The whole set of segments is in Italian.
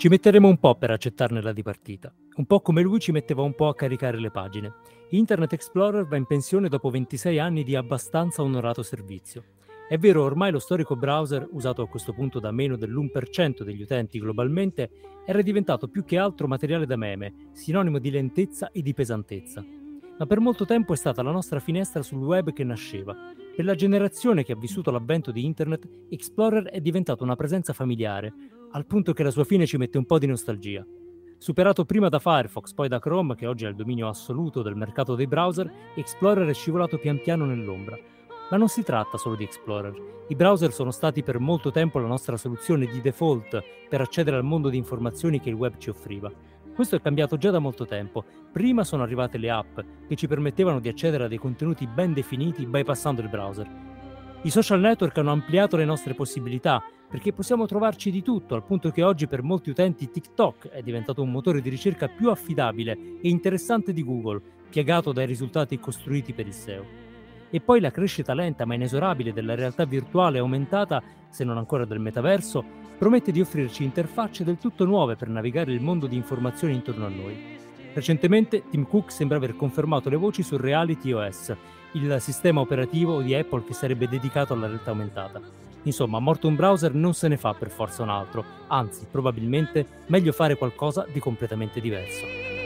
Ci metteremo un po' per accettarne la dipartita, un po' come lui ci metteva un po' a caricare le pagine. Internet Explorer va in pensione dopo 26 anni di abbastanza onorato servizio. È vero, ormai lo storico browser, usato a questo punto da meno dell'1% degli utenti globalmente, era diventato più che altro materiale da meme, sinonimo di lentezza e di pesantezza. Ma per molto tempo è stata la nostra finestra sul web che nasceva. Per la generazione che ha vissuto l'avvento di Internet, Explorer è diventato una presenza familiare, al punto che la sua fine ci mette un po' di nostalgia. Superato prima da Firefox, poi da Chrome, che oggi è il dominio assoluto del mercato dei browser, Explorer è scivolato pian piano nell'ombra. Ma non si tratta solo di Explorer. I browser sono stati per molto tempo la nostra soluzione di default per accedere al mondo di informazioni che il web ci offriva. Questo è cambiato già da molto tempo. Prima sono arrivate le app che ci permettevano di accedere a dei contenuti ben definiti bypassando il browser. I social network hanno ampliato le nostre possibilità perché possiamo trovarci di tutto, al punto che oggi per molti utenti TikTok è diventato un motore di ricerca più affidabile e interessante di Google, piegato dai risultati costruiti per il SEO. E poi la crescita lenta ma inesorabile della realtà virtuale aumentata, se non ancora del metaverso, promette di offrirci interfacce del tutto nuove per navigare il mondo di informazioni intorno a noi. Recentemente Tim Cook sembra aver confermato le voci su Reality OS, il sistema operativo di Apple che sarebbe dedicato alla realtà aumentata. Insomma, morto un browser non se ne fa per forza un altro, anzi, probabilmente meglio fare qualcosa di completamente diverso.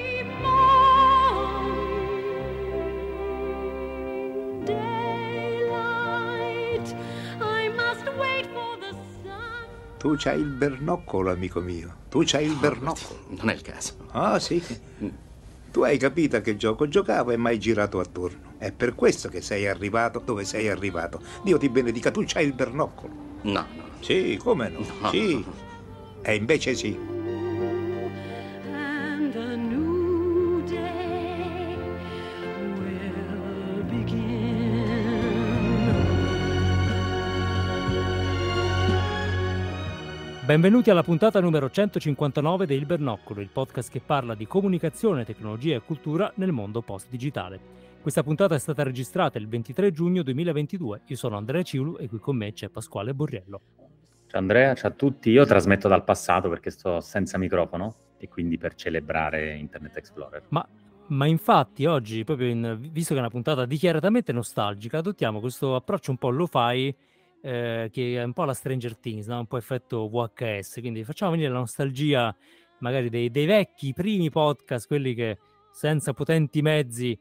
Tu c'hai il bernoccolo, amico mio. Tu c'hai il bernoccolo. Non è il caso. Ah, sì. Tu hai capito a che gioco giocavo e mai girato attorno. È per questo che sei arrivato dove sei arrivato. Dio ti benedica, tu c'hai il bernoccolo. No. Sì, come no? No. Sì. E invece sì. And a new day will begin. Benvenuti alla puntata numero 159 di Il Bernoccolo, il podcast che parla di comunicazione, tecnologia e cultura nel mondo post-digitale. Questa puntata è stata registrata il 23 giugno 2022. Io sono Andrea Ciulu e qui con me c'è Pasquale Borriello. Ciao Andrea, ciao a tutti. Io trasmetto dal passato perché sto senza microfono e quindi per celebrare Internet Explorer. Ma infatti oggi, visto che è una puntata dichiaratamente nostalgica, adottiamo questo approccio un po' lo-fi che è un po' la Stranger Things, no? Un po' effetto VHS, quindi facciamo venire la nostalgia magari dei vecchi primi podcast, quelli che senza potenti mezzi,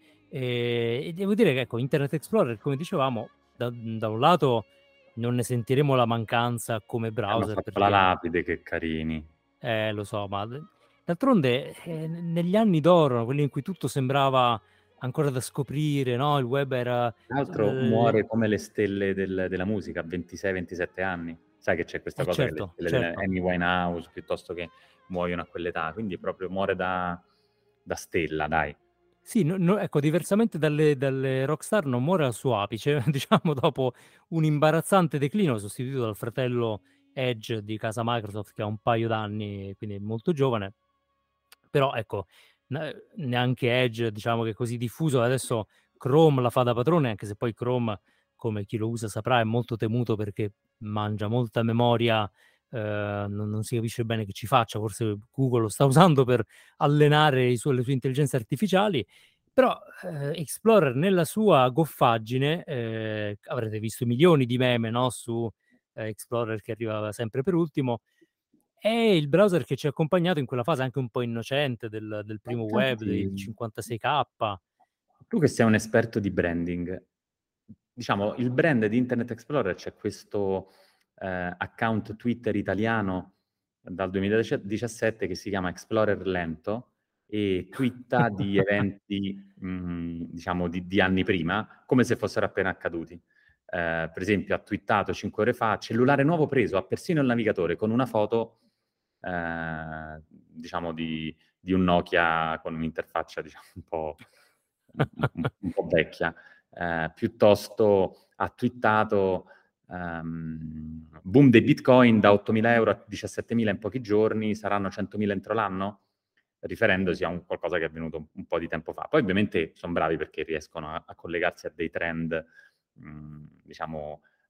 e devo dire che ecco, Internet Explorer, come dicevamo, da un lato non ne sentiremo la mancanza come Hanno browser, fatto la lapide, che carini. lo so, ma d'altronde negli anni d'oro, quelli in cui tutto sembrava ancora da scoprire, no? Il web era... Tra l'altro muore come le stelle della musica a 26-27 anni. Sai che c'è questa cosa che le stelle della Amy Winehouse piuttosto che muoiono a quell'età, quindi proprio muore da stella, dai. Sì, ecco, diversamente dalle rockstar non muore al suo apice, diciamo dopo un imbarazzante declino, sostituito dal fratello Edge di casa Microsoft che ha un paio d'anni, quindi è molto giovane. Però ecco, neanche Edge, diciamo che è così diffuso, adesso Chrome la fa da padrone, anche se poi Chrome, come chi lo usa saprà, è molto temuto perché mangia molta memoria, non si capisce bene che ci faccia, forse Google lo sta usando per allenare le sue intelligenze artificiali, però Explorer nella sua goffaggine, avrete visto milioni di meme, no, su Explorer che arriva sempre per ultimo, è il browser che ci ha accompagnato in quella fase anche un po' innocente del primo web, del Infatti, 56K. tu che sei un esperto di branding, diciamo, il brand di Internet Explorer c'è questo account Twitter italiano dal 2017 che si chiama Explorer Lento e twitta di eventi, diciamo, di anni prima, come se fossero appena accaduti. Per esempio, ha twittato 5 ore fa, cellulare nuovo preso, ha persino il navigatore, con una foto, diciamo, di un Nokia con un'interfaccia, diciamo, un po' vecchia. Piuttosto ha twittato boom dei bitcoin da 8.000 euro a 17.000 in pochi giorni, saranno 100.000 entro l'anno, riferendosi a un qualcosa che è avvenuto un po' di tempo fa. Poi ovviamente sono bravi perché riescono a collegarsi a dei trend, diciamo,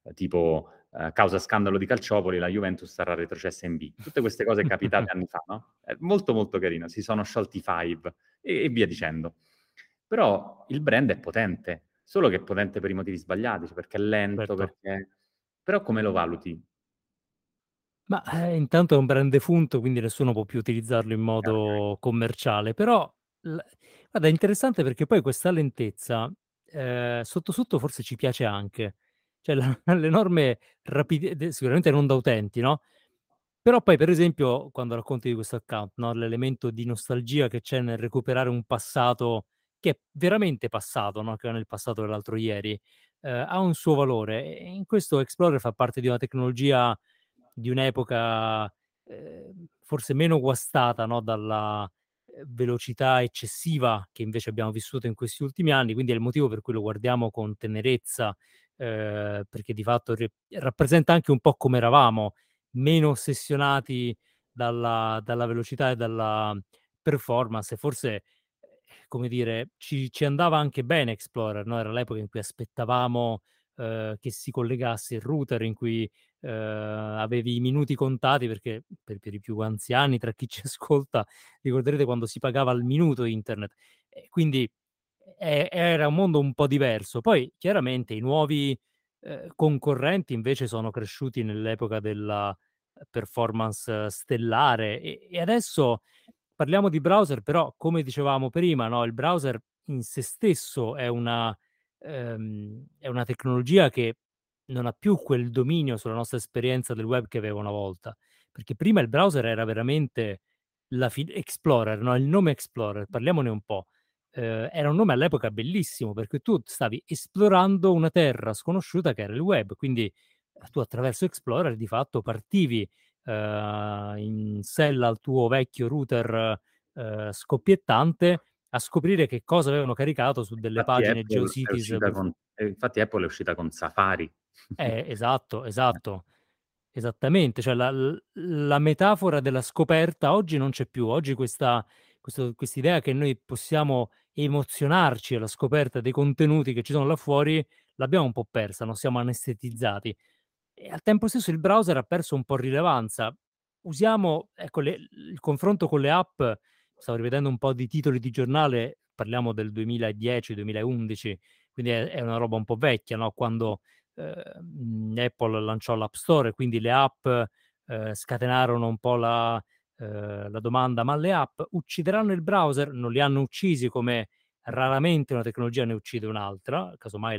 tipo causa scandalo di Calciopoli, la Juventus sarà retrocessa in B. Tutte queste cose capitate anni fa, no? È molto molto carino, si sono sciolti i Five e via dicendo. Però il brand è potente, solo che è potente per i motivi sbagliati, cioè perché è lento, Certo. perché... Però come lo valuti? Ma, intanto è un brand defunto, quindi nessuno può più utilizzarlo in Okay. modo commerciale, però l guarda è interessante perché poi questa lentezza, sotto sotto forse ci piace anche. Cioè la l'enorme rapide de sicuramente non da utenti, no, però poi per esempio quando racconti di questo account, no, l'elemento di nostalgia che c'è nel recuperare un passato che è veramente passato, no, che non è il passato dell'altro ieri, ha un suo valore e in questo Explorer fa parte di una tecnologia di un'epoca, forse meno guastata, no, dalla, velocità eccessiva che invece abbiamo vissuto in questi ultimi anni, quindi è il motivo per cui lo guardiamo con tenerezza, perché di fatto rappresenta anche un po' come eravamo, meno ossessionati dalla velocità e dalla performance e forse, come dire, ci andava anche bene Explorer, no, era l'epoca in cui aspettavamo, che si collegasse il router, in cui avevi i minuti contati perché per i più anziani tra chi ci ascolta, ricorderete quando si pagava al minuto internet e quindi era un mondo un po' diverso. Poi chiaramente i nuovi, concorrenti invece sono cresciuti nell'epoca della performance stellare e adesso parliamo di browser, però come dicevamo prima, no, il browser in sé stesso è una tecnologia che non ha più quel dominio sulla nostra esperienza del web che aveva una volta, perché prima il browser era veramente la fi Explorer, no, il nome Explorer, parliamone un po'. Era un nome all'epoca bellissimo, perché tu stavi esplorando una terra sconosciuta che era il web, quindi, tu attraverso Explorer di fatto partivi, in sella al tuo vecchio router, scoppiettante, a scoprire che cosa avevano caricato su delle Infatti pagine Apple è GeoCities uscita con infatti Apple è uscita con Safari. esatto, esatto. Esattamente, cioè la metafora della scoperta oggi non c'è più. Oggi quest'idea che noi possiamo emozionarci alla scoperta dei contenuti che ci sono là fuori, l'abbiamo un po' persa, no, siamo anestetizzati. E al tempo stesso il browser ha perso un po' rilevanza. Usiamo ecco il confronto con le app, stavo rivedendo un po' di titoli di giornale, parliamo del 2010, 2011, quindi è una roba un po' vecchia, no, quando Apple lanciò l'App Store e quindi le app, scatenarono un po' la domanda: "Ma le app uccideranno il browser?" Non li hanno uccisi come raramente una tecnologia ne uccide un'altra, casomai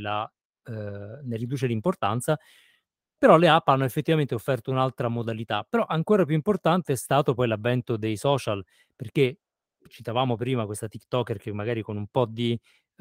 ne riduce l'importanza, però le app hanno effettivamente offerto un'altra modalità. Però ancora più importante è stato poi l'avvento dei social, perché citavamo prima questa tiktoker che magari con un po' di,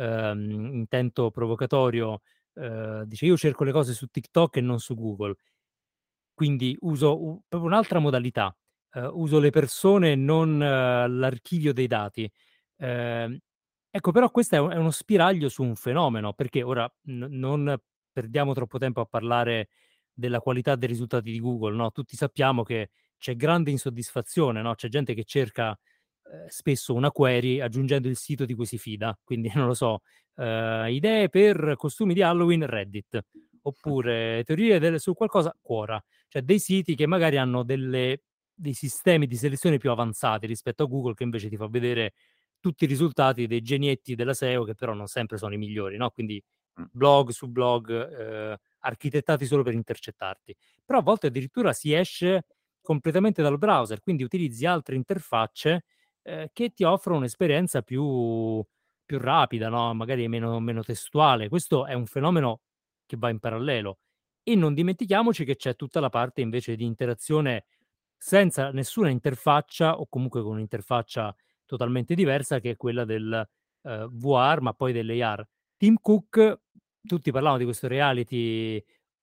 intento provocatorio dice: "Io cerco le cose su TikTok e non su Google". Quindi uso proprio un'altra modalità, uso le persone e non l'archivio dei dati. Ehm, ecco però questo è uno spiraglio su un fenomeno, perché ora non perdiamo troppo tempo a parlare della qualità dei risultati di Google, no, tutti sappiamo che c'è grande insoddisfazione, no, c'è gente che cerca, spesso una query aggiungendo il sito di cui si fida, quindi non lo so, idee per costumi di Halloween, Reddit, oppure teorie su qualcosa, Quora. Cioè dei siti che magari hanno dei sistemi di selezione più avanzati rispetto a Google che invece ti fa vedere tutti i risultati dei genietti della SEO che però non sempre sono i migliori, no, quindi Mh. blog su blog, architettati solo per intercettarti. Però a volte addirittura si esce completamente dal browser, quindi utilizzi altre interfacce, che ti offrono un'esperienza più rapida, no, magari meno testuale. Questo è un fenomeno che va in parallelo. E non dimentichiamoci che c'è tutta la parte invece di interazione senza nessuna interfaccia o comunque con un'interfaccia totalmente diversa che è quella del, VR, ma poi dell'AR. Tim Cook tutti parlavano di questo reality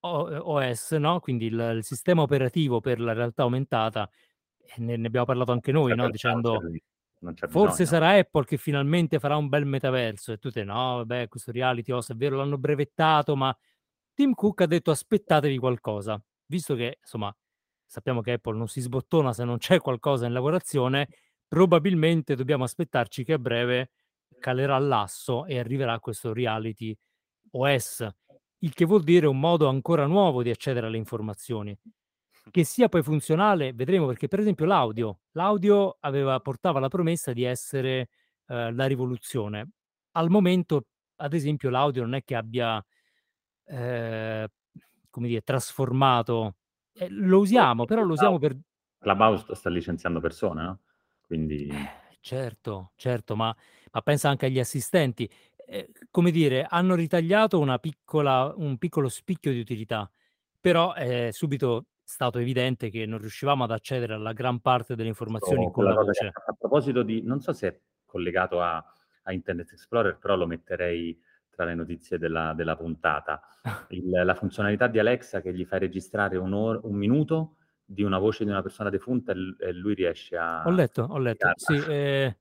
OS, no, quindi il sistema operativo per la realtà aumentata, e ne abbiamo parlato anche Non noi, c'è no, per dicendo: lì, non c'è "Forse bisogno. sarà Apple che finalmente farà un bel metaverso." E tu te: "No, vabbè, questo reality OS è vero l'hanno brevettato, ma" Tim Cook ha detto: "Aspettatevi qualcosa." Visto che, insomma, sappiamo che Apple non si sbottona se non c'è qualcosa in lavorazione, probabilmente dobbiamo aspettarci che a breve calerà l'asso e arriverà questo reality OS. il che vuol dire un modo ancora nuovo di accedere alle informazioni. Che sia poi funzionale vedremo, perché per esempio l'audio portava la promessa di essere, la rivoluzione. Al momento, ad esempio, l'audio non è che abbia, ehm, come dire, trasformato lo usiamo, però lo usiamo per Clubhouse sta licenziando persone, no, quindi certo, certo, ma pensa anche agli assistenti. Come dire, hanno ritagliato un piccolo spicchio di utilità, però è subito stato evidente che non riuscivamo ad accedere alla gran parte delle informazioni con quella la cosa che ha voce. fatto a proposito di non so se è collegato a Internet Explorer, però lo metterei tra le notizie della puntata. La funzionalità di Alexa che gli fai registrare 1 minuto di una voce di una persona defunta e lui riesce a Ho letto, replicarla. sì,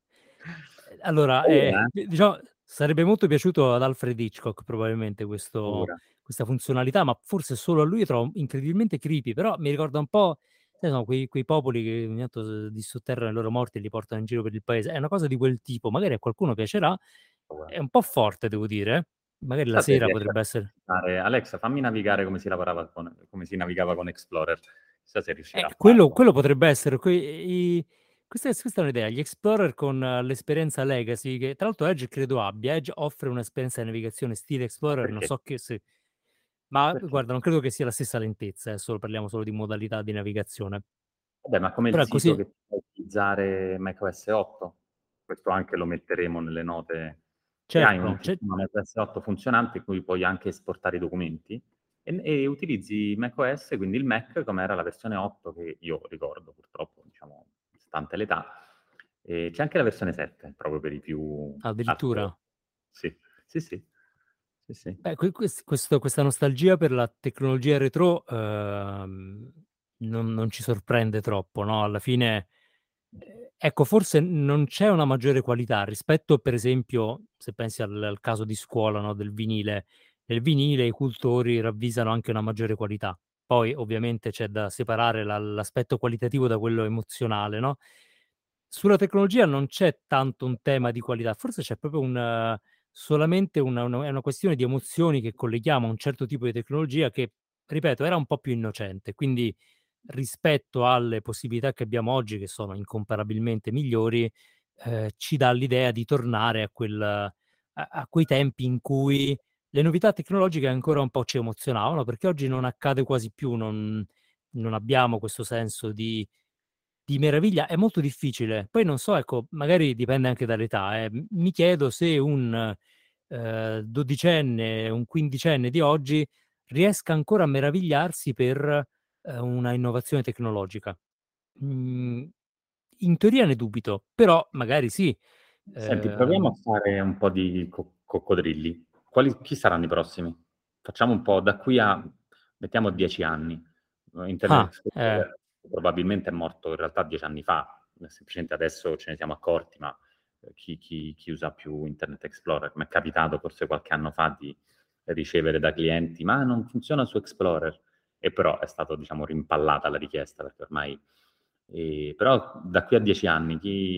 allora, Paura, diciamo sarebbe molto piaciuto ad Alfred Hitchcock probabilmente paura. questa funzionalità, ma forse solo a lui trovo incredibilmente creepy, però mi ricorda un po', sai no, quei popoli che ogni tanto dissotterrano i loro morti e li portano in giro per il paese. È una cosa di quel tipo, magari a qualcuno piacerà, Paura. è un po' forte devo dire, magari la Chissà se sera riesce a potrebbe essere fare: "Alexa, fammi navigare come si navigava con Explorer." Chissà se riuscirà a farlo. quello potrebbe essere questa è un'idea, gli Explorer con l'esperienza Legacy che tra l'altro Edge credo abbia. Edge offre un'esperienza di navigazione stile Ma Explorer, non perché? so che se ma Perché? guarda non credo che sia la stessa lentezza, parliamo solo di modalità di navigazione. Vabbè, ma come il Però è sito così che puoi utilizzare macOS 8, questo anche lo metteremo nelle note, che hai un certo, sistema macOS 8 funzionante in cui puoi anche esportare i documenti e utilizzi macOS, quindi il Mac com'era la versione 8 che io ricordo purtroppo, diciamo, stante l'età. C'è anche la versione 7 proprio per i più hardcore. addirittura. Sì, sì, sì. Sì, sì. Beh, questa nostalgia per la tecnologia retro, non ci sorprende troppo, no, alla fine, ecco, forse non c'è una maggiore qualità rispetto, per esempio, se pensi al caso di scuola, no, del vinile. Nel vinile i cultori ravvisano anche una maggiore qualità. Poi ovviamente c'è da separare l'aspetto qualitativo da quello emozionale, no. Sulla tecnologia non c'è tanto un tema di qualità, forse c'è proprio solamente una è una questione di emozioni che colleghiamo a un certo tipo di tecnologia che, ripeto, era un po' più innocente. Quindi, rispetto alle possibilità che abbiamo oggi, che sono incomparabilmente migliori, ci dà l'idea di tornare a quei tempi in cui le novità tecnologiche ancora un po' ci emozionavano, perché oggi non accade quasi più, non abbiamo questo senso di meraviglia. È molto difficile. Poi non so, ecco, magari dipende anche dall'età, mi chiedo se un, dodicenne, un quindicenne di oggi riesca ancora a meravigliarsi per, una innovazione tecnologica. Mhmm, In teoria ne dubito, però magari sì. Senti, proviamo Ehm a fare un po' di coccodrilli. Chi saranno i prossimi? Facciamo un po' da qui a mettiamo 10 anni. Internet ah, Explorer probabilmente è morto in realtà 10 anni fa, semplicemente adesso ce ne siamo accorti, ma, chi usa più Internet Explorer? M'è capitato forse qualche anno fa di ricevere da clienti: "Ma non funziona su Explorer." E però è stato diciamo rimpallata la richiesta perché ormai però da qui a 10 anni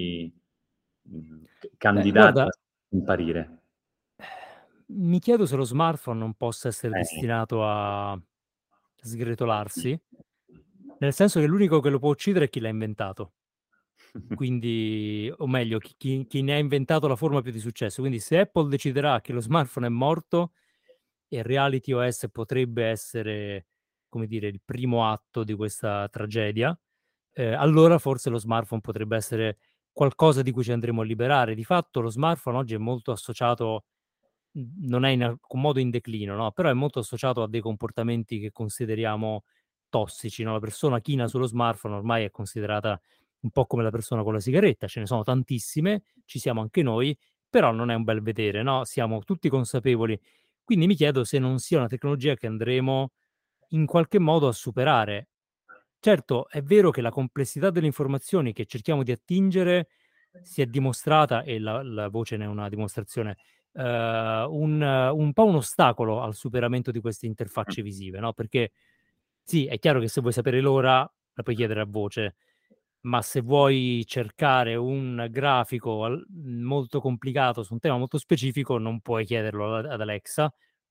beh candidati guarda, a scomparire. mi chiedo se lo smartphone non possa essere Eh. destinato a sgretolarsi, nel senso che l'unico che lo può uccidere è chi l'ha inventato. Quindi o meglio chi ne ha inventato la forma più di successo. Quindi se Apple deciderà che lo smartphone è morto e Reality OS potrebbe essere, come dire, il primo atto di questa tragedia, allora forse lo smartphone potrebbe essere qualcosa di cui ci andremo a liberare. Di fatto lo smartphone oggi è molto associato, non è in alcun modo in declino, no, però è molto associato a dei comportamenti che consideriamo tossici, no, la persona china sullo smartphone ormai è considerata un po' come la persona con la sigaretta, ce ne sono tantissime, ci siamo anche noi, però non è un bel vedere, no, siamo tutti consapevoli. Quindi mi chiedo se non sia una tecnologia che andremo in qualche modo a superare. Certo, è vero che la complessità delle informazioni che cerchiamo di attingere si è dimostrata, e la voce ne è una dimostrazione, un po' un ostacolo al superamento di queste interfacce visive, no, perché sì, è chiaro che se vuoi sapere l'ora la puoi chiedere a voce, ma se vuoi cercare un grafico molto complicato su un tema molto specifico non puoi chiederlo ad Alexa,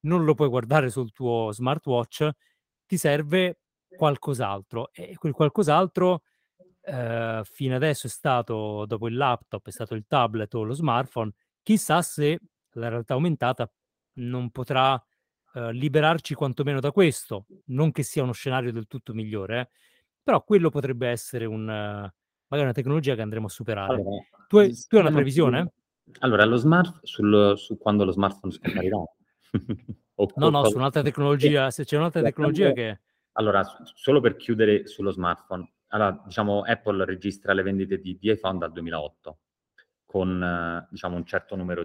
non lo puoi guardare sul tuo smartwatch, ti serve qualcos'altro. E quel qualcos'altro fino adesso è stato, dopo il laptop, è stato il tablet o lo smartphone. Chissà se la realtà aumentata non potrà liberarci quantomeno da questo. Non che sia uno scenario del tutto migliore, però quello potrebbe essere magari una tecnologia che andremo a superare. Allora, Tu hai una previsione? allora su quando lo smartphone scomparirà. No, no, su un'altra tecnologia, se c'è un'altra tecnologia che... Allora, solo per chiudere sullo smartphone, allora, diciamo, Apple registra le vendite di iPhone dal 2008 con, diciamo, un certo numero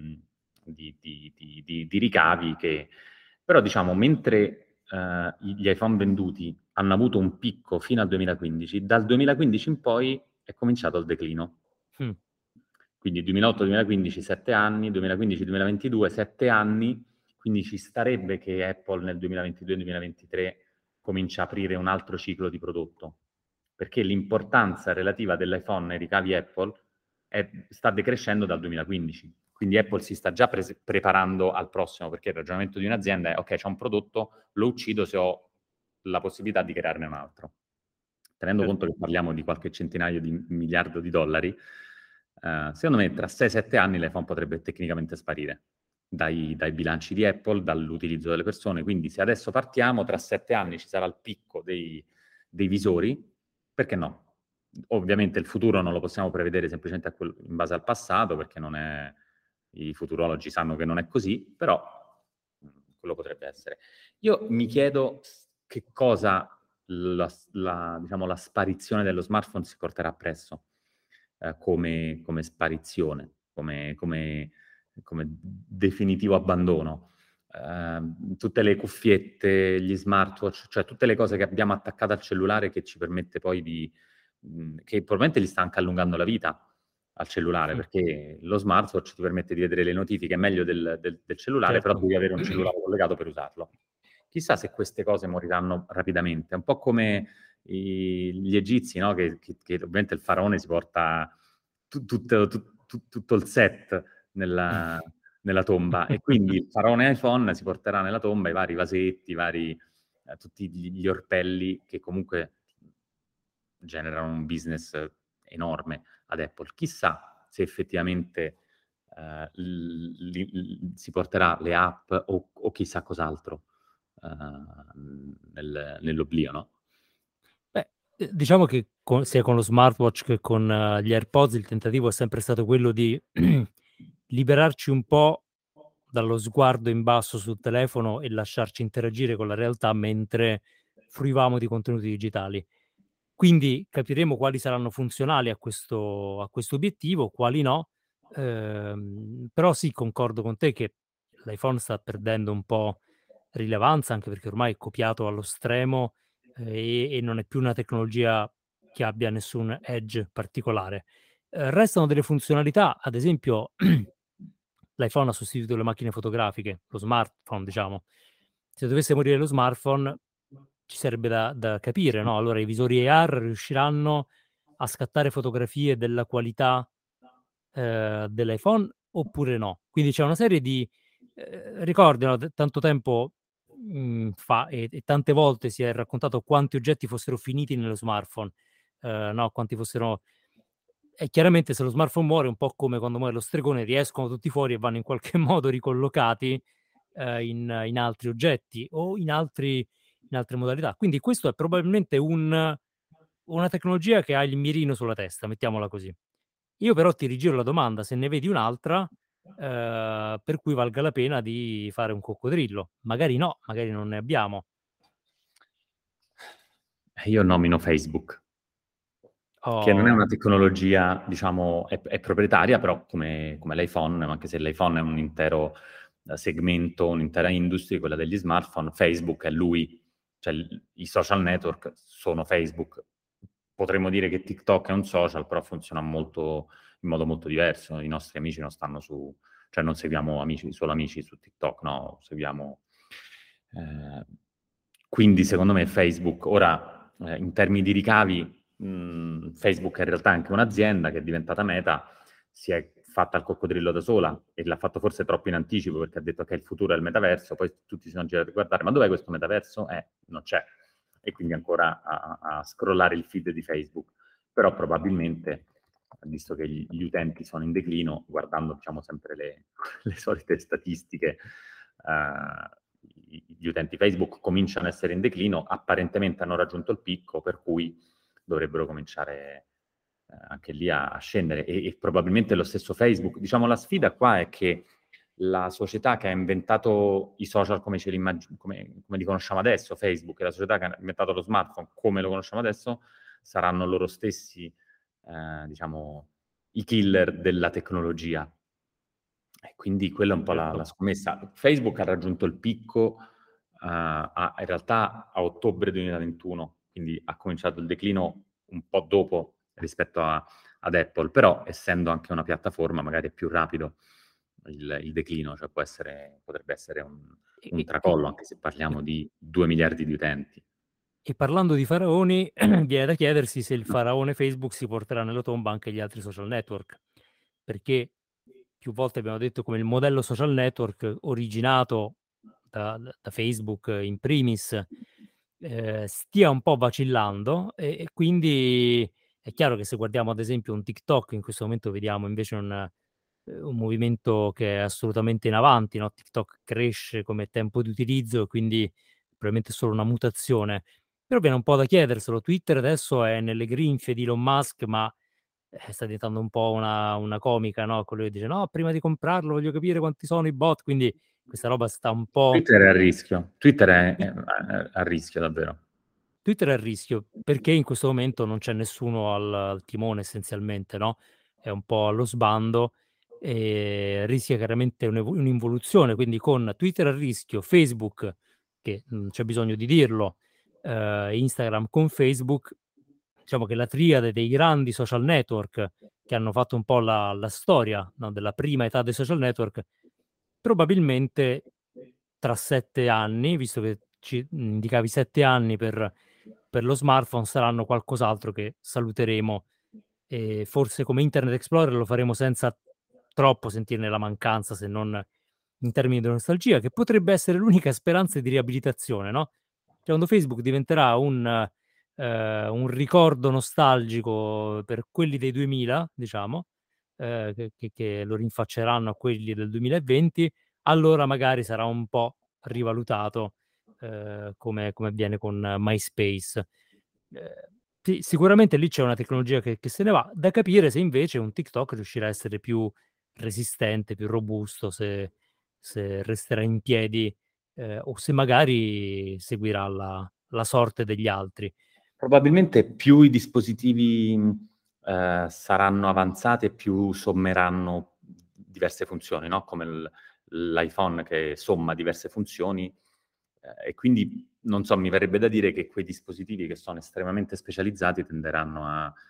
di ricavi però, diciamo, mentre gli iPhone venduti hanno avuto un picco fino al 2015, dal 2015 in poi è cominciato il declino. Mm. Quindi 2008-2015, 7 anni, 2015-2022, 7 anni, quindi ci starebbe che Apple nel 2022-2023 comincia a aprire un altro ciclo di prodotto, perché l'importanza relativa dell'iPhone ai ricavi Apple sta decrescendo dal 2015. Quindi Apple si sta già preparando al prossimo, perché il ragionamento di un'azienda è: ok, c'è un prodotto, lo uccido se ho la possibilità di crearne un altro. Tenendo conto che parliamo di qualche centinaio di miliardo di dollari, secondo me tra 6-7 anni l'iPhone potrebbe tecnicamente sparire dai bilanci di Apple, dall'utilizzo delle persone. Quindi se adesso partiamo, tra 7 anni ci sarà il picco dei visori, perché no? Ovviamente il futuro non lo possiamo prevedere semplicemente in base al passato, perché i futurologi sanno che non è così, però quello potrebbe essere. Io mi chiedo che cosa diciamo, la sparizione dello smartphone si porterà appresso come sparizione, come definitivo abbandono. Tutte le cuffiette, gli smartwatch, cioè tutte le cose che abbiamo attaccato al cellulare che ci permette poi che probabilmente gli sta anche allungando la vita al cellulare, perché lo smartwatch ti permette di vedere le notifiche meglio del cellulare, Certo. però devi avere un cellulare collegato per usarlo. Chissà se queste cose moriranno rapidamente, un po' come gli egizi, no? Che ovviamente il faraone si porta tutto il set nella tomba, e quindi il faraone iPhone si porterà nella tomba i vari vasetti, tutti gli orpelli che comunque generano un business enorme ad Apple. Chissà se effettivamente si porterà le app o chissà cos'altro nell'oblio, no? Beh, diciamo che sia con lo smartwatch che con gli AirPods il tentativo è sempre stato quello di liberarci un po' dallo sguardo in basso sul telefono e lasciarci interagire con la realtà mentre fruivamo di contenuti digitali. Quindi capiremo quali saranno funzionali a questo obiettivo, quali no. Però sì, concordo con te che l'iPhone sta perdendo un po' rilevanza, anche perché ormai è copiato allo stremo, e non è più una tecnologia che abbia nessun edge particolare. Restano delle funzionalità, ad esempio l'iPhone ha sostituito le macchine fotografiche, lo smartphone diciamo. Se dovesse morire lo smartphone ci sarebbe da capire, no, allora i visori AR riusciranno a scattare fotografie della qualità dell'iPhone oppure no? Quindi c'è una serie di ricordi, no, tanto tempo fa e tante volte si è raccontato quanti oggetti fossero finiti nello smartphone, no, quanti fossero... E chiaramente se lo smartphone muore, un po' come quando muore lo stregone, riescono tutti fuori e vanno in qualche modo ricollocati in altri oggetti o in altre modalità. Quindi questo è probabilmente una tecnologia che ha il mirino sulla testa, mettiamola così. Io però ti rigiro la domanda, se ne vedi un'altra per cui valga la pena di fare un coccodrillo. Magari no, magari non ne abbiamo. Io nomino Facebook, che non è una tecnologia, diciamo, è proprietaria, però come l'iPhone, anche se l'iPhone è un intero segmento, un'intera industria, quella degli smartphone, Facebook è lui, cioè i social network sono Facebook. Potremmo dire che TikTok è un social, però funziona in modo molto diverso. I nostri amici non stanno cioè non seguiamo solo amici su TikTok, no, seguiamo... quindi secondo me Facebook, ora in termini di ricavi, Facebook è in realtà anche un'azienda che è diventata Meta, si è fatta al coccodrillo da sola e l'ha fatto forse troppo in anticipo perché ha detto che il futuro è il metaverso, poi tutti si sono girati a guardare, ma dov'è questo metaverso? Non c'è. E quindi ancora a scrollare il feed di Facebook. Però probabilmente, visto che gli utenti sono in declino, guardando diciamo sempre le solite statistiche, gli utenti Facebook cominciano ad essere in declino, apparentemente hanno raggiunto il picco, per cui dovrebbero cominciare anche lì a scendere e probabilmente lo stesso Facebook. Diciamo la sfida qua è che la società che ha inventato i social come, come li conosciamo adesso, Facebook, e la società che ha inventato lo smartphone come lo conosciamo adesso, saranno loro stessi, diciamo, i killer della tecnologia. E quindi quella è un po' la scommessa. Facebook ha raggiunto il picco in realtà a ottobre 2021, quindi ha cominciato il declino un po' dopo rispetto ad Apple, però essendo anche una piattaforma magari è più rapido il declino, cioè potrebbe essere un tracollo, anche se parliamo di 2 miliardi di utenti. E parlando di faraoni, viene da chiedersi se il faraone Facebook si porterà nella tomba anche gli altri social network, perché più volte abbiamo detto come il modello social network originato da Facebook in primis stia un po' vacillando e quindi è chiaro che se guardiamo ad esempio un TikTok, in questo momento vediamo invece un movimento che è assolutamente in avanti, no? TikTok cresce come tempo di utilizzo, quindi probabilmente è solo una mutazione. Però viene un po' da chiederselo. Twitter adesso è nelle grinfie di Elon Musk, ma sta diventando un po' una comica, no? Quello che dice: "No, prima di comprarlo voglio capire quanti sono i bot", quindi questa roba sta un po'. Twitter è a rischio, Twitter è a rischio davvero. Twitter è a rischio, perché in questo momento non c'è nessuno al timone essenzialmente, no, è un po' allo sbando e rischia chiaramente un'involuzione, quindi con Twitter a rischio, Facebook che non c'è bisogno di dirlo, Instagram con Facebook, diciamo che la triade dei grandi social network che hanno fatto un po' la storia, no, della prima età dei social network, probabilmente tra 7 anni, visto che indicavi 7 anni per lo smartphone, saranno qualcos'altro che saluteremo e forse come Internet Explorer lo faremo senza troppo sentirne la mancanza, se non in termini di nostalgia, che potrebbe essere l'unica speranza di riabilitazione, no, cioè quando Facebook diventerà un ricordo nostalgico per quelli dei 2000, diciamo, che lo rinfacceranno a quelli del 2020, allora magari sarà un po' rivalutato, come avviene con MySpace. Sì, sicuramente lì c'è una tecnologia che se ne va. Da capire se invece un TikTok riuscirà a essere più resistente, più robusto, se resterà in piedi, o se magari seguirà la sorte degli altri. Probabilmente più i dispositivi saranno avanzati e più sommeranno diverse funzioni, no? Come l'iPhone che somma diverse funzioni e quindi, non so, mi verrebbe da dire che quei dispositivi che sono estremamente specializzati tenderanno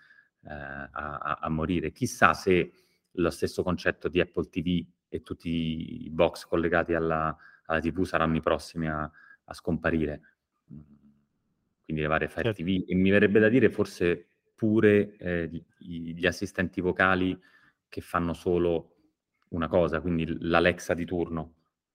a morire. Chissà se lo stesso concetto di Apple TV e tutti i box collegati alla TV saranno i prossimi a scomparire. Quindi le varie Fire Certo. TV e mi verrebbe da dire forse pure gli assistenti vocali che fanno solo una cosa, quindi l'Alexa di turno.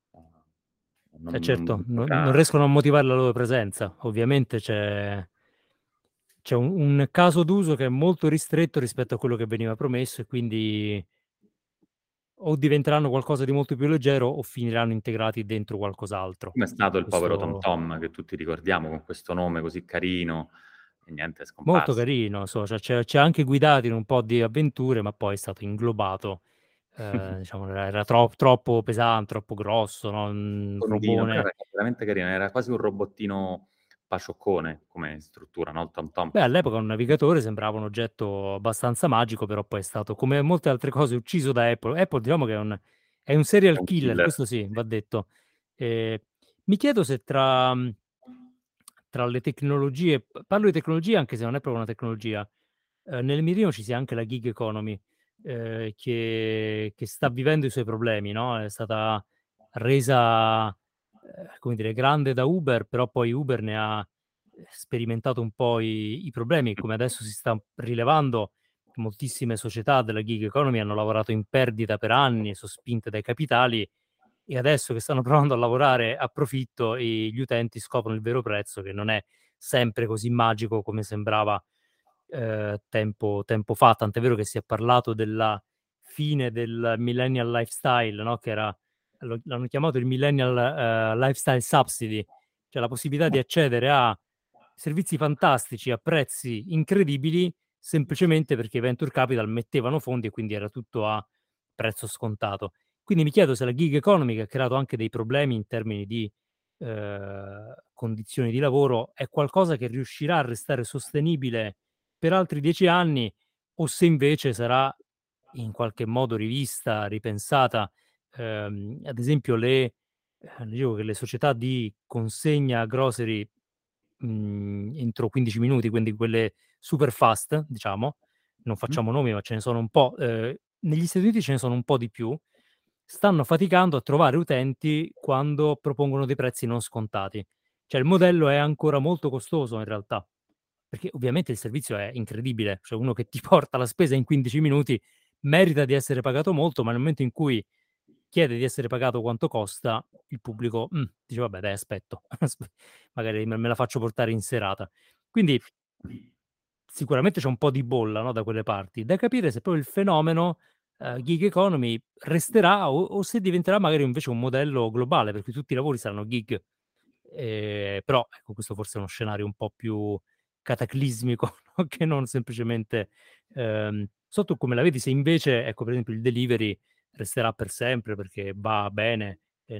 Non Certo, non potrà. riescono a motivare la loro presenza. Ovviamente c'è un caso d'uso che è molto ristretto rispetto a quello che veniva promesso e quindi o diventeranno qualcosa di molto più leggero o finiranno integrati dentro qualcos'altro. Come è stato il povero Tom Questo Tom, che tutti ricordiamo con questo nome così carino e niente, è molto scomparso. carino, insomma, cioè c'è anche guidato in un po' di avventure, ma poi è stato inglobato, diciamo era troppo pesan troppo grosso, no, Piccolino, però robone. era veramente carino, era quasi un robottino pacioccone come struttura, no, il Tom Tom. Beh, all'epoca un navigatore sembrava un oggetto abbastanza magico, però poi è stato, come molte altre cose, ucciso da Apple. Apple diciamo che è un È serial un killer, killer. questo sì, va detto. Ehm, Mi chiedo se tra le tecnologie parlo di tecnologia anche se non è proprio una tecnologia, nel mirino ci sia anche la gig economy, che sta vivendo i suoi problemi, no, è stata resa, come dire, grande da Uber, però poi Uber ne ha sperimentato un po' i problemi, come adesso si sta rilevando, moltissime società della gig economy hanno lavorato in perdita per anni, sospinte dai capitali, e adesso che stanno provando a lavorare a profitto, gli utenti scoprono il vero prezzo, che non è sempre così magico come sembrava tempo fa, tant'è vero che si è parlato della fine del millennial lifestyle, no? Che era, l'hanno chiamato il millennial lifestyle subsidy, cioè la possibilità di accedere a servizi fantastici a prezzi incredibili semplicemente perché i venture capital mettevano fondi e quindi era tutto a prezzo scontato. Quindi mi chiedo se la gig economy, che ha creato anche dei problemi in termini di condizioni di lavoro, è qualcosa che riuscirà a restare sostenibile per altri 10 anni, o se invece sarà in qualche modo rivista, ripensata. Ad esempio leggevo che le società di consegna grocery entro 15 minuti, quindi quelle super fast, diciamo, non facciamo nomi, ma ce ne sono un po', negli Stati Uniti ce ne sono un po' di più, stanno faticando a trovare utenti quando propongono dei prezzi non scontati. Cioè il modello è ancora molto costoso in realtà, perché ovviamente il servizio è incredibile, cioè uno che ti porta la spesa in 15 minuti merita di essere pagato molto, ma nel momento in cui chiede di essere pagato quanto costa, il pubblico dice: "Vabbè dai, aspetto, magari me la faccio portare in serata". Quindi sicuramente c'è un po' di bolla, no, da quelle parti. Da capire se poi il fenomeno, gig economy resterà o se diventerà magari invece un modello globale, per cui tutti i lavori saranno gig. Però ecco, questo forse è uno scenario un po' più cataclismico, no, che non semplicemente so tu come la vedi, se invece, ecco, per esempio il delivery resterà per sempre perché va bene e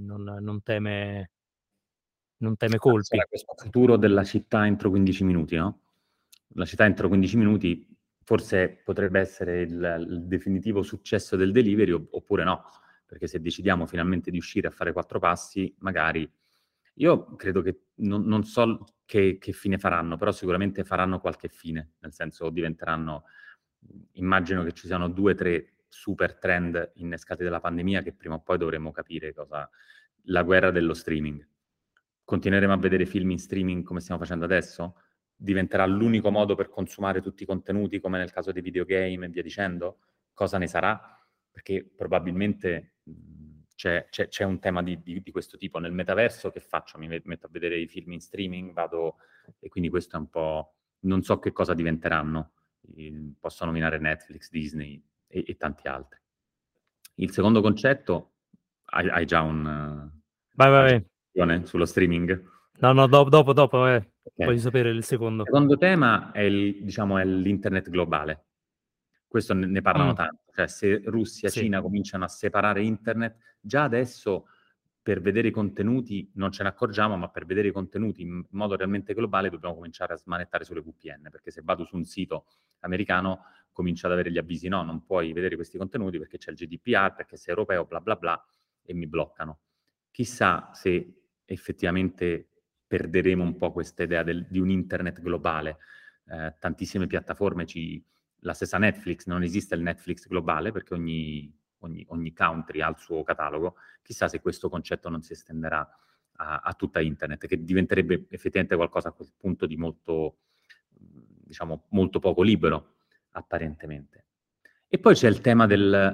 non teme colpi. Sarà questo futuro della città entro 15 minuti, no? La città entro 15 minuti forse potrebbe essere il definitivo successo del delivery oppure no, perché se decidiamo finalmente di uscire a fare 4 passi, magari io credo che non so che fine faranno, però sicuramente faranno qualche fine, nel senso diventeranno, immagino che ci siano 2, 3 super trend innescati dalla pandemia che prima o poi dovremo capire cosa. La guerra dello streaming. Continueremo a vedere film in streaming come stiamo facendo adesso? Diventerà l'unico modo per consumare tutti i contenuti, come nel caso dei videogame e via dicendo? Cosa ne sarà? Perché probabilmente c'è un tema di questo tipo. Nel metaverso che faccio? Mi metto a vedere i film in streaming, vado. E quindi questo è un po'. Non so che cosa diventeranno. Posso nominare Netflix, Disney e tanti altri. Il secondo concetto, hai già un Vai, vai, hai già vai. un'opinione sullo streaming? No, dopo, Ok. voglio sapere il Il secondo. secondo tema è diciamo, è l'internet globale. Questo ne parlano tanto. Cioè, se Russia e Sì. Cina cominciano a separare internet, già adesso per vedere i contenuti non ce ne accorgiamo, ma per vedere i contenuti in modo realmente globale dobbiamo cominciare a smanettare sulle VPN, perché se vado su un sito americano comincio ad avere gli avvisi: no, non puoi vedere questi contenuti perché c'è il GDPR, perché sei europeo, bla bla bla, e mi bloccano. Chissà se effettivamente perderemo un po' questa idea di un internet globale. Tantissime piattaforme, la stessa Netflix, non esiste il Netflix globale perché ogni country ha il suo catalogo. Chissà se questo concetto non si estenderà a tutta internet, che diventerebbe effettivamente qualcosa a quel punto di molto, diciamo, molto poco libero, apparentemente. E poi c'è il tema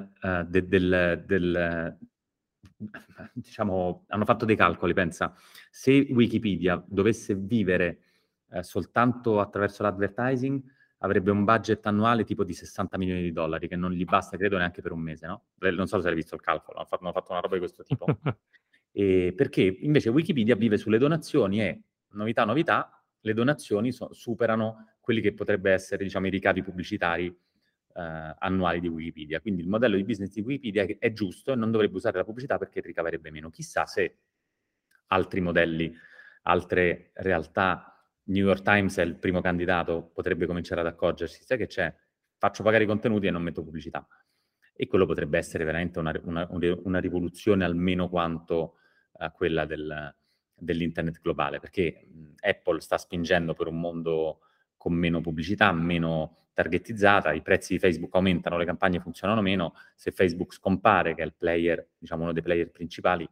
diciamo, hanno fatto dei calcoli, pensa, se Wikipedia dovesse vivere soltanto attraverso l'advertising, avrebbe un budget annuale tipo di 60 milioni di dollari, che non gli basta, credo, neanche per un mese, no? Non so se hai visto il calcolo, hanno fatto una roba di questo tipo. Perché invece Wikipedia vive sulle donazioni e, novità, le donazioni superano quelli che potrebbe essere, diciamo, i ricavi pubblicitari annuali di Wikipedia. Quindi il modello di business di Wikipedia è giusto e non dovrebbe usare la pubblicità perché ricaverebbe meno. Chissà se altri modelli, altre realtà, New York Times è il primo candidato, potrebbe cominciare ad accorgersi, sai che c'è? Faccio pagare i contenuti e non metto pubblicità. E quello potrebbe essere veramente una rivoluzione almeno quanto quella dell'internet globale, perché Apple sta spingendo per un mondo con meno pubblicità, meno targetizzata, i prezzi di Facebook aumentano, le campagne funzionano meno, se Facebook scompare, che è il player, diciamo uno dei player principali,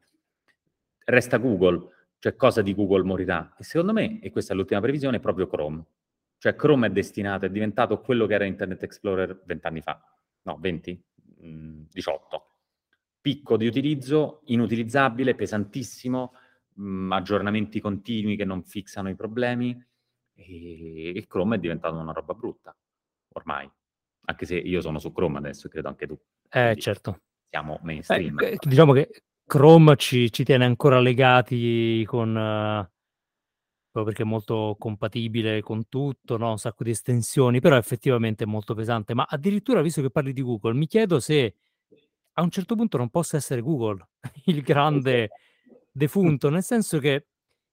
resta Google, cioè cosa di Google morirà? E secondo me, e questa è l'ultima previsione, è proprio Chrome. Cioè Chrome è diventato quello che era Internet Explorer 20 anni fa. No, 20? 18. Picco di utilizzo, inutilizzabile, pesantissimo, aggiornamenti continui che non fixano i problemi, e Chrome è diventato una roba brutta, ormai. Anche se io sono su Chrome adesso, e credo anche tu. Quindi Certo. siamo mainstream. Diciamo che Chrome ci tiene ancora legati con... proprio perché è molto compatibile con tutto, no? Un sacco di estensioni, però effettivamente è molto pesante. Ma addirittura, visto che parli di Google, mi chiedo se a un certo punto non possa essere Google il grande defunto, nel senso che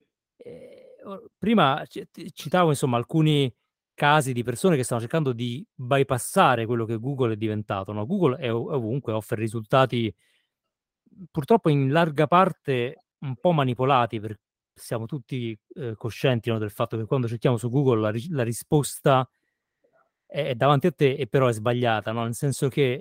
prima citavo insomma alcuni casi di persone che stanno cercando di bypassare quello che Google è diventato, no? Google è ovunque, offre risultati purtroppo in larga parte un po' manipolati, siamo tutti coscienti, no, del fatto che quando cerchiamo su Google la risposta è davanti a te e però è sbagliata, no? Nel senso che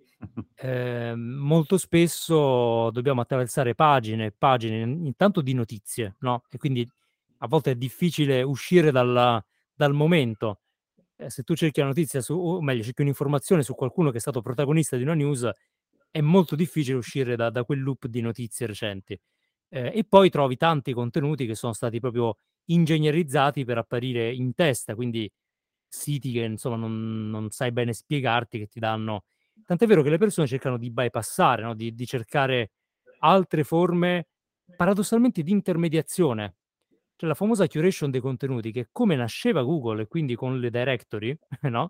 molto spesso dobbiamo attraversare pagine e pagine intanto di notizie, no? E quindi a volte è difficile uscire dal momento. Se tu cerchi la notizia o meglio, cerchi un'informazione su qualcuno che è stato protagonista di una news, è molto difficile uscire da quel loop di notizie recenti. E poi trovi tanti contenuti che sono stati proprio ingegnerizzati per apparire in testa, quindi siti che insomma non sai bene spiegarti, che ti danno... Tant'è vero che le persone cercano di bypassare, no? Di cercare altre forme, paradossalmente, di intermediazione. Cioè la famosa curation dei contenuti, che come nasceva Google e quindi con le directory, no?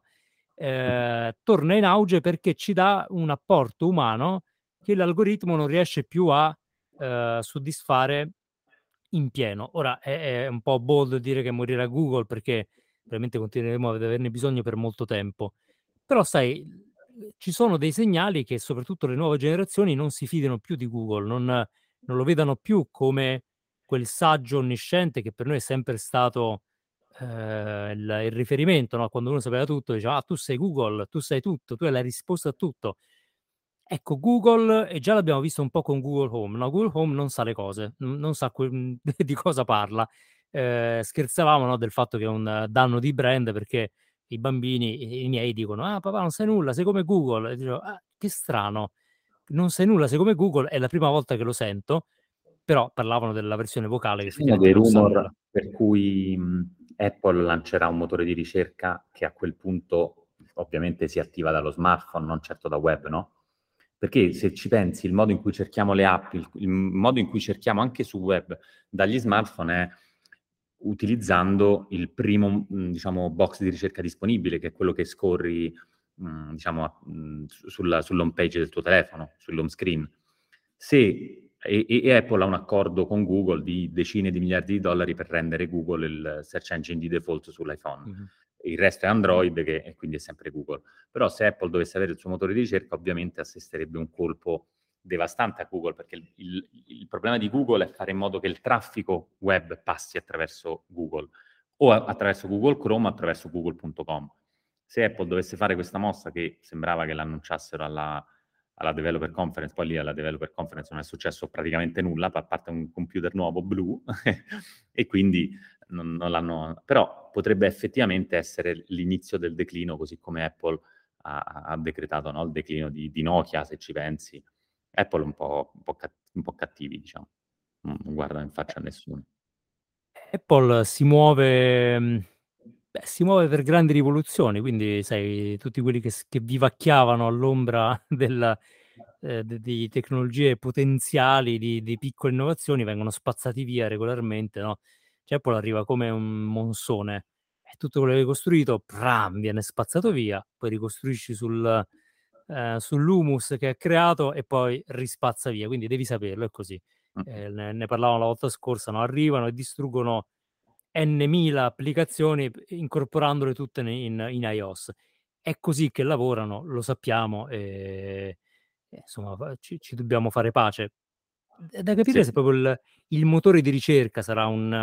Torna in auge perché ci dà un apporto umano che l'algoritmo non riesce più a soddisfare in pieno. Ora è un po' bold dire che morirà Google perché probabilmente continueremo ad averne bisogno per molto tempo. Però sai, ci sono dei segnali che soprattutto le nuove generazioni non si fidino più di Google, non lo vedano più come quel saggio onnisciente che per noi è sempre stato il riferimento, no? Quando uno sapeva tutto, diceva: "Ah, tu sei Google, tu sai tutto, tu hai la risposta a tutto". Ecco, Google, e già l'abbiamo visto un po' con Google Home, no? Google Home non sa le cose, non sa di cosa parla. Scherzavamo, no, del fatto che è un danno di brand perché i bambini, i miei, dicono: "Ah, papà, non sai nulla, sei come Google". E dicevo: "Ah, che strano, non sai nulla, sei come Google", è la prima volta che lo sento, però parlavano della versione vocale che Ci sono effettivamente dei non sa nulla. rumor per cui Apple lancerà un motore di ricerca che a quel punto ovviamente si attiva dallo smartphone, non certo da web, no? Perché se ci pensi, il modo in cui cerchiamo le app, il modo in cui cerchiamo anche su web dagli smartphone è utilizzando il primo, diciamo, box di ricerca disponibile, che è quello che scorri, diciamo, sull'home page del tuo telefono, sull'home screen. E Apple ha un accordo con Google di decine di miliardi di dollari per rendere Google il search engine di default sull'iPhone. Mhm. Il resto è Android, e quindi è sempre Google. Però se Apple dovesse avere il suo motore di ricerca, ovviamente assisterebbe un colpo devastante a Google, perché il problema di Google è fare in modo che il traffico web passi attraverso Google, o attraverso Google Chrome o attraverso google.com. Se Apple dovesse fare questa mossa, che sembrava che l'annunciassero alla Developer Conference, poi lì alla Developer Conference non è successo praticamente nulla, a parte un computer nuovo blu, e quindi non l'hanno... Però potrebbe effettivamente essere l'inizio del declino, così come Apple ha decretato, no, il declino di Nokia, se ci pensi. Apple è un po' cattivi, diciamo. Non guarda in faccia a nessuno. Apple si muove per grandi rivoluzioni, quindi sai, tutti quelli che vivacchiavano all'ombra di tecnologie potenziali, di piccole innovazioni, vengono spazzati via regolarmente, no? Cioè, Apple arriva come un monsone, e tutto quello che hai costruito, pram, viene spazzato via, poi ricostruisci sull'humus che ha creato e poi rispazza via, quindi devi saperlo, è così. Ne parlavamo la volta scorsa, no? Arrivano e distruggono N mila applicazioni incorporandole tutte in iOS. È così che lavorano, lo sappiamo, e insomma ci dobbiamo fare pace. È da capire se Sì. proprio il motore di ricerca sarà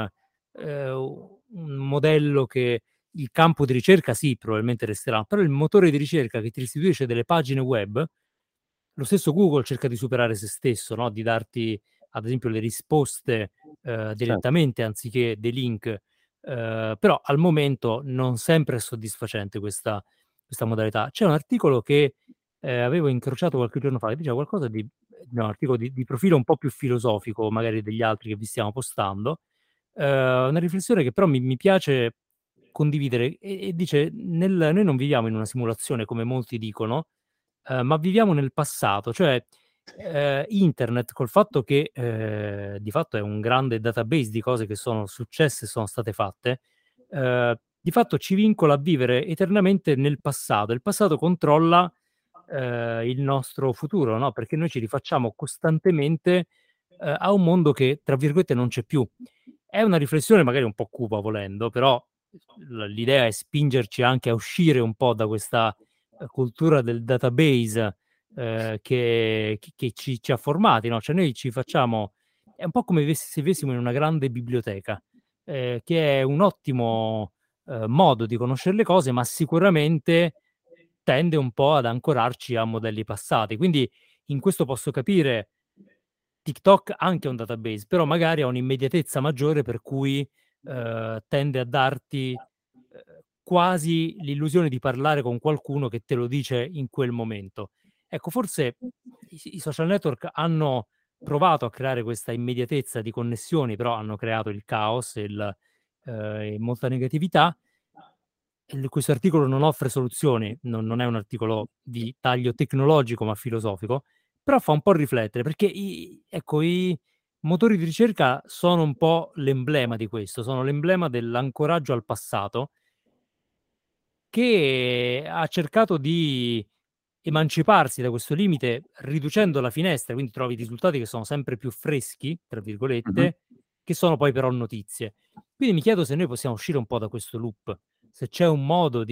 un modello che il campo di ricerca sì, probabilmente resterà, però il motore di ricerca che ti restituisce delle pagine web, lo stesso Google cerca di superare se stesso, no? Di darti, ad esempio, le risposte Certo. direttamente anziché dei link. Però al momento non sempre è soddisfacente questa modalità. C'è un articolo che avevo incrociato qualche giorno fa, che diceva qualcosa di no, un articolo di profilo un po' più filosofico magari degli altri che vi stiamo postando, una riflessione che però mi piace condividere e dice: noi non viviamo in una simulazione come molti dicono, ma viviamo nel passato, cioè, internet col fatto che, di fatto è un grande database di cose che sono successe e sono state fatte, di fatto ci vincola a vivere eternamente nel passato. Il passato controlla, il nostro futuro, no, perché noi ci rifacciamo costantemente, a un mondo che, tra virgolette, "non c'è più". È una riflessione magari un po' cupa volendo, però l'idea è spingerci anche a uscire un po' da questa, cultura del database, che ci ha formati, no, cioè noi ci facciamo è un po' come se vivessimo in una grande biblioteca, che è un ottimo, modo di conoscere le cose, ma sicuramente tende un po' ad ancorarci a modelli passati. Quindi in questo posso capire TikTok anche è un database, però magari ha un'immediatezza maggiore per cui, tende a darti, quasi l'illusione di parlare con qualcuno che te lo dice in quel momento. Ecco, forse i social network hanno provato a creare questa immediatezza di connessioni, però hanno creato il caos e molta negatività. Questo articolo non offre soluzioni, non è un articolo di taglio tecnologico, ma filosofico, però fa un po' riflettere, perché i motori di ricerca sono un po' l'emblema di questo, sono l'emblema dell'ancoraggio al passato, che ha cercato di emanciparsi da questo limite riducendo la finestra, quindi trovi risultati che sono sempre più "freschi", tra Mh-mh. virgolette, che sono poi però notizie. Quindi mi chiedo se noi possiamo uscire un po' da questo loop, se c'è un modo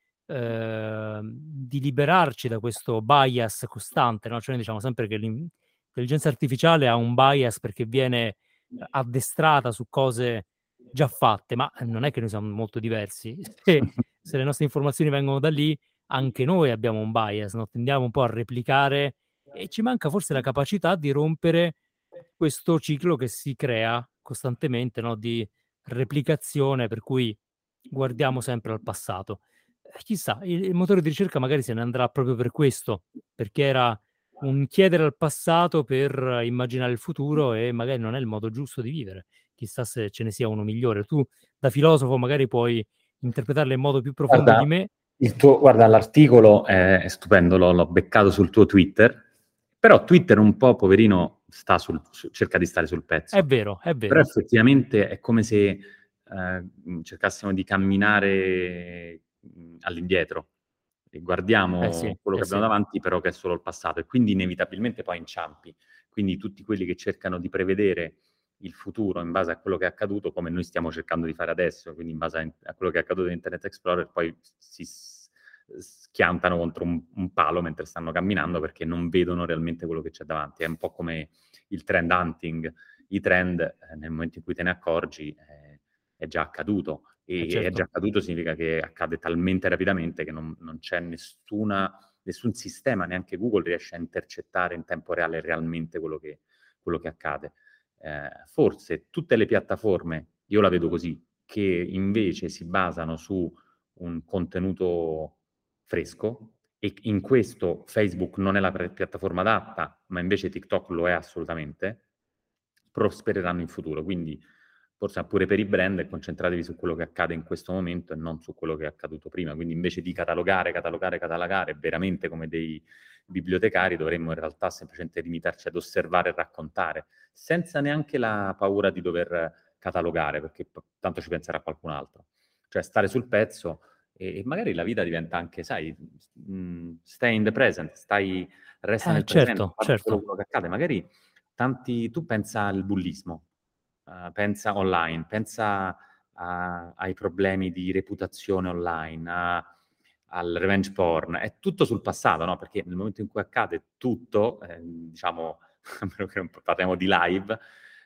di liberarci da questo bias costante, no, cioè noi diciamo sempre che l'intelligenza artificiale ha un bias perché viene, addestrata su cose già fatte, ma non è che noi siamo molto diversi. Se le nostre informazioni vengono da lì, anche noi abbiamo un bias, no, tendiamo un po' a replicare e ci manca forse la capacità di rompere questo ciclo che si crea costantemente, no, di replicazione per cui guardiamo sempre al passato. Chissà, il motore di ricerca magari se ne andrà proprio per questo, perché era un chiedere al passato per immaginare il futuro e magari non è il modo giusto di vivere. Chissà se ce ne sia uno migliore. Tu da filosofo magari puoi interpretarla in modo più profondo di Guarda, me. guarda, l'articolo è stupendo, l'ho beccato sul tuo Twitter, però Twitter un po', poverino, cerca di stare sul È pezzo. vero, è Però vero. effettivamente è come se cercassimo di camminare all'indietro e Eh sì, guardiamo quello eh che abbiamo sì. davanti, però che è solo il passato, e quindi inevitabilmente poi inciampi. Quindi tutti quelli che cercano di prevedere il futuro in base a quello che è accaduto, come noi stiamo cercando di fare adesso, quindi in base a quello che è accaduto in Internet Explorer, poi schiantano contro un palo mentre stanno camminando perché non vedono realmente quello che c'è davanti. È un po' come il trend hunting. I trend, nel momento in cui te ne accorgi, è già accaduto. E è già Certo. accaduto significa che accade talmente rapidamente che non c'è nessun sistema, neanche Google riesce a intercettare in tempo reale realmente quello che accade. Forse tutte le piattaforme, io la vedo così, che invece si basano su un contenuto fresco, e in questo Facebook non è la piattaforma adatta, ma invece TikTok lo è assolutamente, prospereranno in futuro. Quindi forse pure per i brand concentratevi su quello che accade in questo momento e non su quello che è accaduto prima. Quindi invece di catalogare, veramente come dei bibliotecari, dovremmo in realtà semplicemente limitarci ad osservare e raccontare, senza neanche la paura di dover catalogare, perché tanto ci penserà qualcun altro. Cioè stare sul pezzo, e magari la vita diventa anche, sai, stay in the present, resta nel presente, Certo, guarda solo certo. quello che accade. Magari tu pensa al bullismo, pensa online, pensa ai problemi di reputazione online, al revenge porn, è tutto sul passato, no? Perché nel momento in cui accade tutto, diciamo, a meno che non parliamo di live,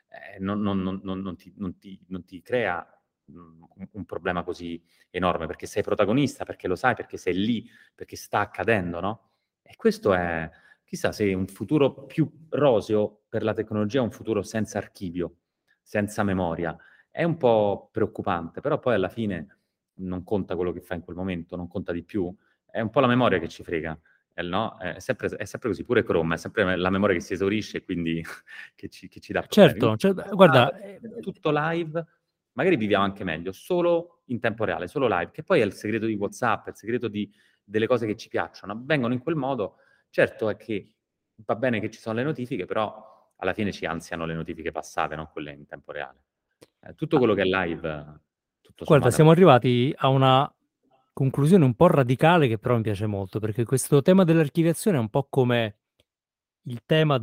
non ti crea un problema così enorme, perché sei protagonista, perché lo sai, perché sei lì, perché sta accadendo, no? E questo è, chissà se un futuro più roseo per la tecnologia è un futuro senza archivio, senza memoria, È un po' preoccupante, però poi alla fine non conta quello che fai in quel momento, non conta di più. È un po' la memoria che ci frega, no? È sempre così, pure Chrome, è sempre la memoria che si esaurisce e quindi che ci dà problemi. Certo, cioè, Quindi, guarda, tutto live, magari viviamo anche meglio, solo in tempo reale, solo live, che poi è il segreto di WhatsApp, è il segreto delle cose che ci piacciono, avvengono in quel modo. Certo è che va bene che ci sono le notifiche, però alla fine ci ansiano le notifiche passate, non quelle in tempo reale. Tutto ma quello che è live, tutto guarda, sommato, siamo arrivati a una conclusione un po' radicale che però mi piace molto, perché questo tema dell'archiviazione è un po' come il tema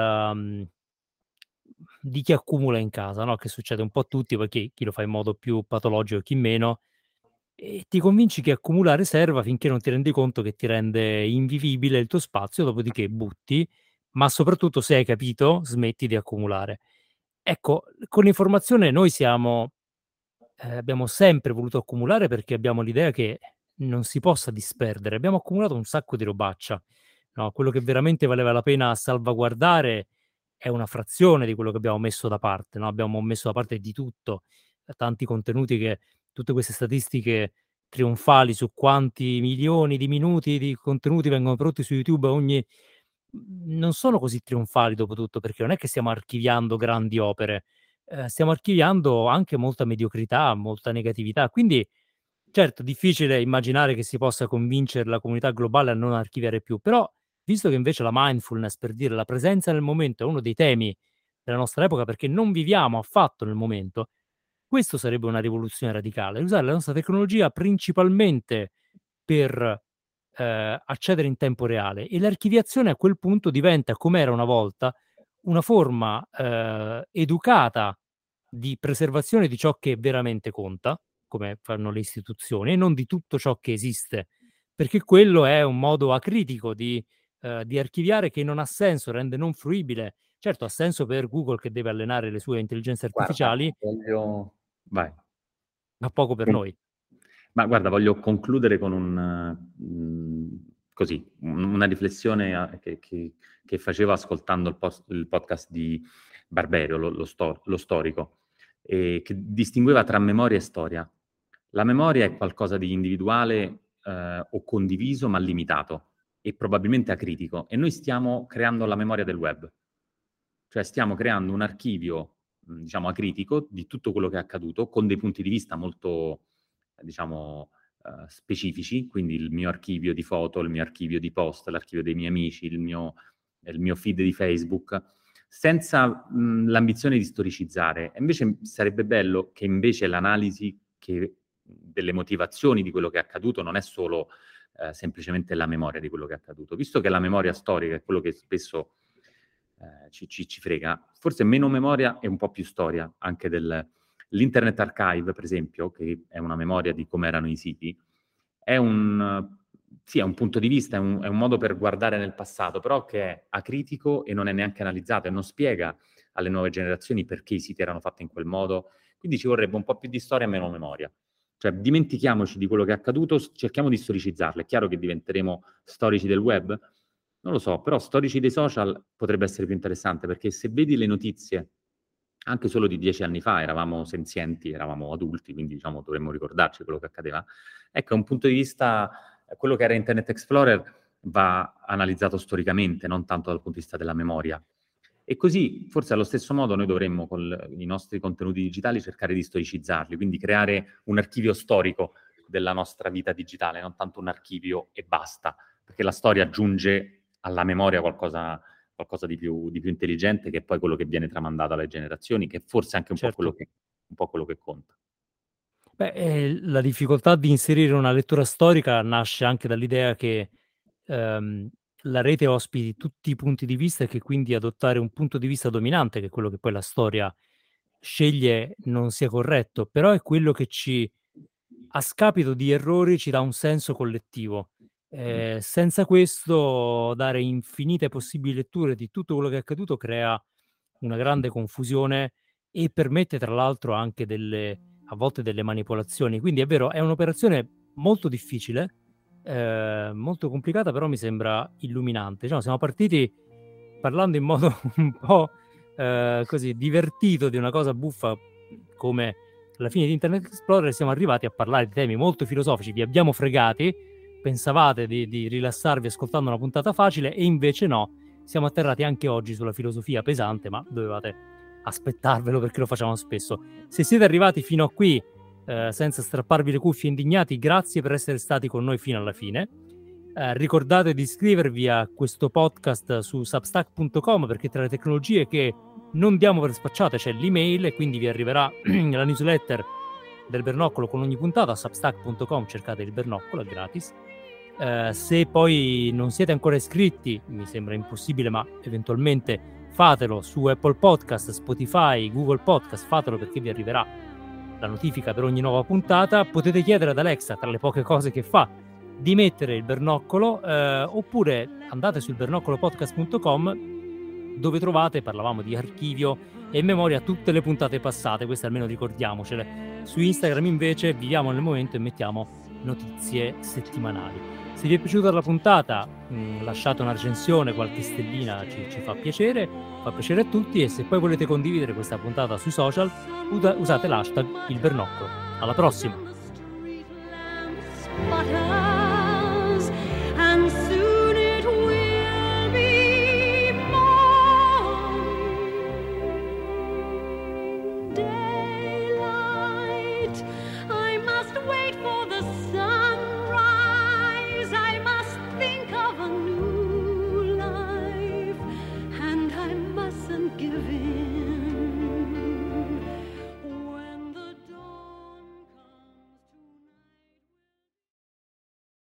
di chi accumula in casa, no? Che succede un po' a tutti, poi chi lo fa in modo più patologico e chi meno, e ti convinci che accumulare serva finché non ti rendi conto che ti rende invivibile il tuo spazio, dopodiché butti, ma soprattutto se hai capito, smetti di accumulare. Ecco, con l'informazione noi abbiamo sempre voluto accumulare perché abbiamo l'idea che non si possa disperdere. Abbiamo accumulato un sacco di robaccia, no, quello che veramente valeva la pena salvaguardare è una frazione di quello che abbiamo messo da parte, no, abbiamo messo da parte di tutto, tanti contenuti che tutte queste statistiche trionfali su quanti milioni di minuti di contenuti vengono prodotti su YouTube ogni non sono così trionfali dopo tutto, perché non è che stiamo archiviando grandi opere, stiamo archiviando anche molta mediocrità, molta negatività. Quindi, certo, difficile immaginare che si possa convincere la comunità globale a non archiviare più, però visto che invece la mindfulness, per dire la presenza nel momento, è uno dei temi della nostra epoca, perché non viviamo affatto nel momento, questo sarebbe una rivoluzione radicale, usare la nostra tecnologia principalmente per, accedere in tempo reale e l'archiviazione a quel punto diventa, com'era una volta, una forma, educata di preservazione di ciò che veramente conta, come fanno le istituzioni, e non di tutto ciò che esiste, perché quello è un modo acritico di archiviare che non ha senso, rende non fruibile. Certo, ha senso per Google che deve allenare le sue intelligenze guarda, artificiali, voglio... Vai. ma poco per noi. Ma guarda, voglio concludere con così, una riflessione che facevo ascoltando il podcast di Barberio, lo storico, che distingueva tra memoria e storia. La memoria è qualcosa di individuale o condiviso, ma limitato e probabilmente acritico. E noi stiamo creando la memoria del web. Cioè stiamo creando un archivio, diciamo, acritico di tutto quello che è accaduto, con dei punti di vista molto, diciamo, specifici, quindi il mio archivio di foto, il mio archivio di post, l'archivio dei miei amici, il mio feed di Facebook, senza l'ambizione di storicizzare. E invece sarebbe bello che invece l'analisi delle motivazioni di quello che è accaduto non è solo semplicemente la memoria di quello che è accaduto. Visto che la memoria storica è quello che spesso ci frega, forse meno memoria e un po' più storia, anche l'Internet Archive, per esempio, che è una memoria di come erano i siti, sì, è un punto di vista, è un modo per guardare nel passato, però che è acritico e non è neanche analizzato e non spiega alle nuove generazioni perché i siti erano fatti in quel modo. Quindi ci vorrebbe un po' più di storia e meno memoria. Cioè, dimentichiamoci di quello che è accaduto, cerchiamo di storicizzarlo. È chiaro che diventeremo storici del web? Non lo so, però storici dei social potrebbe essere più interessante, perché se vedi le notizie anche solo di 10 anni fa, eravamo senzienti, eravamo adulti, quindi diciamo dovremmo ricordarci quello che accadeva. Ecco, un punto di vista, quello che era Internet Explorer va analizzato storicamente, non tanto dal punto di vista della memoria. E così, forse allo stesso modo, noi dovremmo con i nostri contenuti digitali cercare di storicizzarli, quindi creare un archivio storico della nostra vita digitale, non tanto un archivio e basta, perché la storia aggiunge alla memoria qualcosa di più intelligente, che è poi quello che viene tramandato alle generazioni, che è forse anche un po' Certo. quello che conta. Beh, la difficoltà di inserire una lettura storica nasce anche dall'idea che, ehm, la rete ospiti tutti i punti di vista e che quindi adottare un punto di vista dominante, che è quello che poi la storia sceglie, non sia corretto, però è quello che a scapito di errori, ci dà un senso collettivo. Senza questo dare infinite possibili letture di tutto quello che è accaduto crea una grande confusione e permette tra l'altro anche a volte delle manipolazioni. Quindi è vero, è un'operazione molto difficile, molto complicata, però mi sembra illuminante. Diciamo, siamo partiti parlando in modo un po', così divertito di una cosa buffa come alla fine di Internet Explorer siamo arrivati a parlare di temi molto filosofici, vi abbiamo fregati, pensavate di rilassarvi ascoltando una puntata facile e invece no, siamo atterrati anche oggi sulla filosofia pesante, ma dovevate aspettarvelo perché lo facciamo spesso. Se siete arrivati fino a qui senza strapparvi le cuffie indignati, grazie per essere stati con noi fino alla fine. Ricordate di iscrivervi a questo podcast su substack.com, perché tra le tecnologie che non diamo per spacciate c'è l'email e quindi vi arriverà la newsletter del Bernoccolo con ogni puntata. Substack.com, cercate il Bernoccolo, è gratis. Se poi non siete ancora iscritti, mi sembra impossibile, ma eventualmente fatelo su Apple Podcast, Spotify, Google Podcast, fatelo perché vi arriverà la notifica per ogni nuova puntata. Potete chiedere ad Alexa, tra le poche cose che fa, di mettere il Bernoccolo, oppure andate sul bernoccolopodcast.com, dove trovate, parlavamo di archivio e memoria, tutte le puntate passate, queste almeno ricordiamocele. Su Instagram invece viviamo nel momento e mettiamo notizie settimanali. Se vi è piaciuta la puntata, lasciate una recensione, qualche stellina ci fa piacere a tutti, e se poi volete condividere questa puntata sui social, usate l'hashtag il Bernoccolo. Alla prossima! And soon it will be morning. Daylight, I must wait for the sunrise. I must think of a new life, and I mustn't give in.